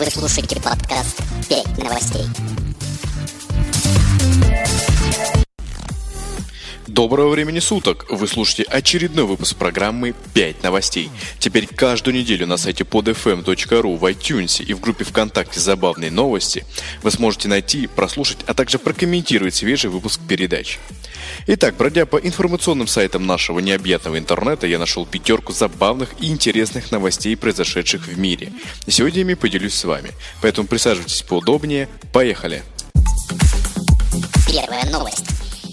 Вы слушаете подкаст «5 новостей». Доброго времени суток! Вы слушаете очередной выпуск программы «5 новостей». Теперь каждую неделю на сайте podfm.ru, в iTunes и в группе ВКонтакте «Забавные новости» вы сможете найти, прослушать, а также прокомментировать свежий выпуск передач. Итак, бродя по информационным сайтам нашего необъятного интернета, я нашел 5 забавных и интересных новостей, произошедших в мире. И сегодня ими поделюсь с вами. Поэтому присаживайтесь поудобнее. Поехали! Первая новость.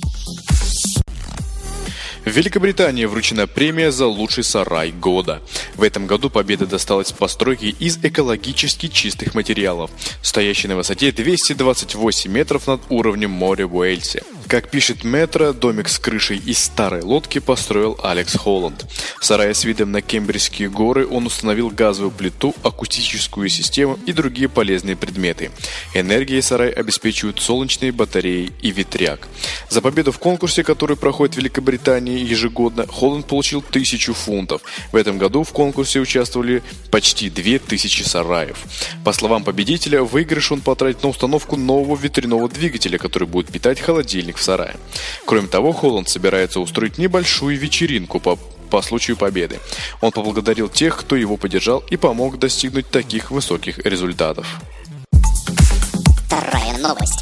В Великобритании вручена премия за лучший сарай года. В этом году победа досталась постройке из экологически чистых материалов, стоящей на высоте 228 метров над уровнем моря в Уэльсе. Как пишет Метро, домик с крышей из старой лодки построил Алекс Холланд. В сарае с видом на Кембриджские горы он установил газовую плиту, акустическую систему и другие полезные предметы. Энергией сарай обеспечивают солнечные батареи и ветряк. За победу в конкурсе, который проходит в Великобритании ежегодно, Холланд получил 1000 фунтов. В этом году в конкурсе участвовали почти 2000 сараев. По словам победителя, в выигрыш он потратит на установку нового ветряного двигателя, который будет питать холодильник в сарае. Кроме того, Холланд собирается устроить небольшую вечеринку по случаю победы. Он поблагодарил тех, кто его поддержал и помог достигнуть таких высоких результатов. Вторая новость.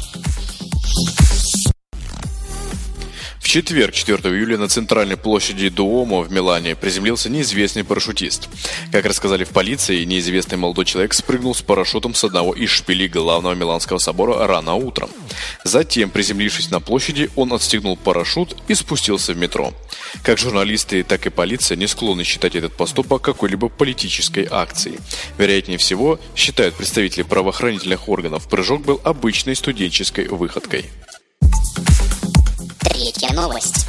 В четверг, 4 июля, на центральной площади Дуомо в Милане приземлился неизвестный парашютист. Как рассказали в полиции, неизвестный молодой человек спрыгнул с парашютом с одного из шпилей главного Миланского собора рано утром. Затем, приземлившись на площади, он отстегнул парашют и спустился в метро. Как журналисты, так и полиция не склонны считать этот поступок какой-либо политической акцией. Вероятнее всего, считают представители правоохранительных органов, прыжок был обычной студенческой выходкой. Третья новость.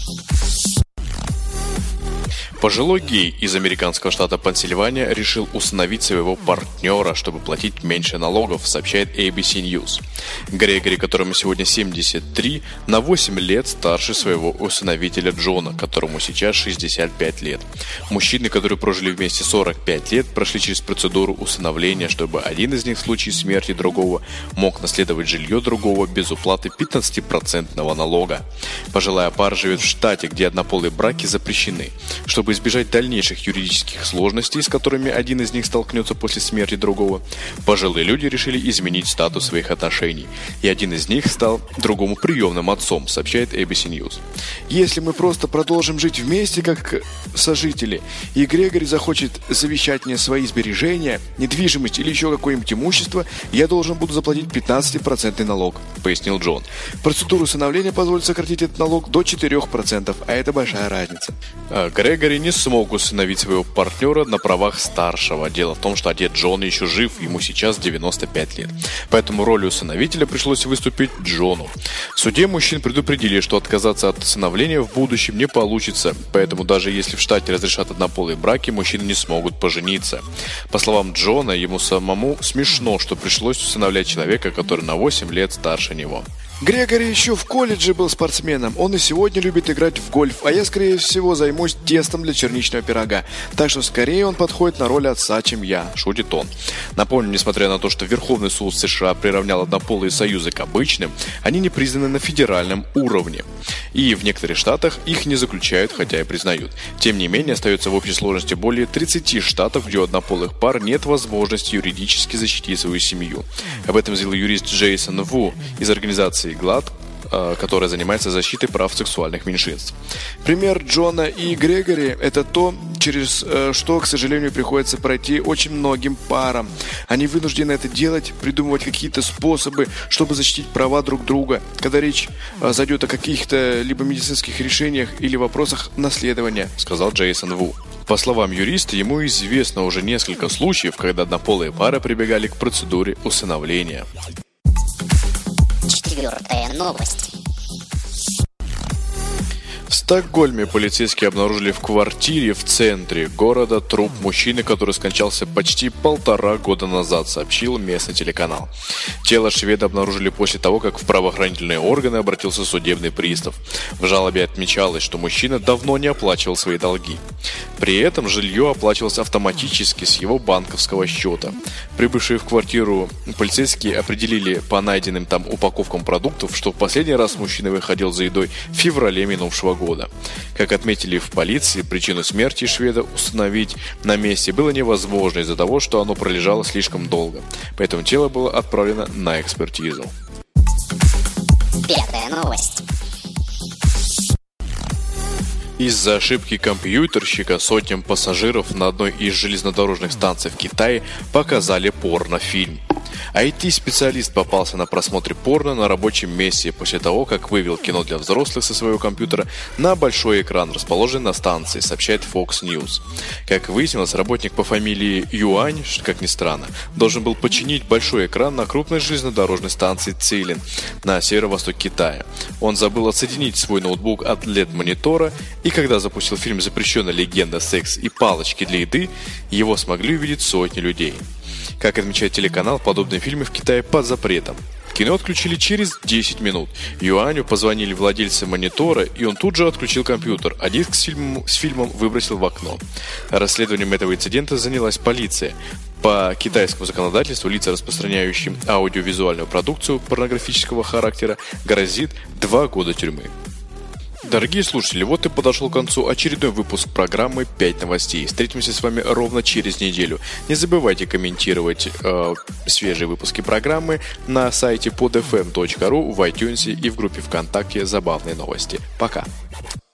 Пожилой гей из американского штата Пенсильвания решил усыновить своего партнера, чтобы платить меньше налогов, сообщает ABC News. Грегори, которому сегодня 73, на 8 лет старше своего усыновителя Джона, которому сейчас 65 лет. Мужчины, которые прожили вместе 45 лет, прошли через процедуру усыновления, чтобы один из них в случае смерти другого мог наследовать жилье другого без уплаты 15% налога. Пожилая пара живет в штате, где однополые браки запрещены. Чтобы избежать дальнейших юридических сложностей, с которыми один из них столкнется после смерти другого, пожилые люди решили изменить статус своих отношений, и один из них стал другому приемным отцом, сообщает ABC News. Если мы просто продолжим жить вместе как сожители, и Грегори захочет завещать мне свои сбережения, недвижимость или еще какое-нибудь имущество, я должен буду заплатить 15% налог, пояснил Джон. Процедура усыновления позволит сократить этот налог до 4%, а это большая разница. Грегори не смог усыновить своего партнера на правах старшего. Дело в том, что отец Джона еще жив, ему сейчас 95 лет. Поэтому роль усыновителя пришлось выступить Джону. В суде мужчин предупредили, что отказаться от усыновления в будущем не получится. Поэтому даже если в штате разрешат однополые браки, мужчины не смогут пожениться. По словам Джона, ему самому смешно, что пришлось усыновлять человека, который на 8 лет старше него. Грегори еще в колледже был спортсменом. Он и сегодня любит играть в гольф, а я, скорее всего, займусь тестом для черничного пирога. Так что скорее он подходит на роль отца, чем я, шутит он. Напомню, несмотря на то, что Верховный суд США приравнял однополые союзы к обычным, они не признаны на федеральном уровне. И в некоторых штатах их не заключают, хотя и признают. Тем не менее, остается в общей сложности более 30 штатов, где у однополых пар нет возможности юридически защитить свою семью. Об этом заявил юрист Джейсон Ву из организации ГЛАД, которая занимается защитой прав сексуальных меньшинств. Пример Джона и Грегори – это то, через что, к сожалению, приходится пройти очень многим парам. Они вынуждены это делать, придумывать какие-то способы, чтобы защитить права друг друга, когда речь зайдет о каких-то либо медицинских решениях или вопросах наследования, сказал Джейсон Ву. По словам юриста, ему известно уже несколько случаев, когда однополые пары прибегали к процедуре усыновления. Четвертая новость. В Стокгольме полицейские обнаружили в квартире в центре города труп мужчины, который скончался почти 1,5 года назад, сообщил местный телеканал. Тело шведа обнаружили после того, как в правоохранительные органы обратился судебный пристав. В жалобе отмечалось, что мужчина давно не оплачивал свои долги. При этом жилье оплачивалось автоматически с его банковского счета. Прибывшие в квартиру полицейские определили по найденным там упаковкам продуктов, что в последний раз мужчина выходил за едой в феврале минувшего года. Как отметили в полиции, причину смерти шведа установить на месте было невозможно из-за того, что оно пролежало слишком долго. Поэтому тело было отправлено на экспертизу. Пятая новость. Из-за ошибки компьютерщика сотням пассажиров на одной из железнодорожных станций в Китае показали порнофильм. IT-специалист попался на просмотре порно на рабочем месте после того, как вывел кино для взрослых со своего компьютера на большой экран, расположенный на станции, сообщает Fox News. Как выяснилось, работник по фамилии Юань, как ни странно, должен был починить большой экран на крупной железнодорожной станции Цилин на северо-востоке Китая. Он забыл отсоединить свой ноутбук от LED-монитора, и когда запустил фильм «Запрещенная легенда. Секс и палочки для еды», его смогли увидеть сотни людей. Как отмечает телеканал, подобные фильмы в Китае под запретом. Кино отключили через 10 минут. Юаню позвонили владельцы монитора, и он тут же отключил компьютер, а диск с фильмом выбросил в окно. Расследованием этого инцидента занялась полиция. По китайскому законодательству лица, распространяющим аудиовизуальную продукцию порнографического характера, грозит 2 года тюрьмы. Дорогие слушатели, вот и подошел к концу очередной выпуск программы «5 новостей». Встретимся с вами ровно через неделю. Не забывайте комментировать свежие выпуски программы на сайте podfm.ru, в iTunes и в группе ВКонтакте «Забавные новости». Пока!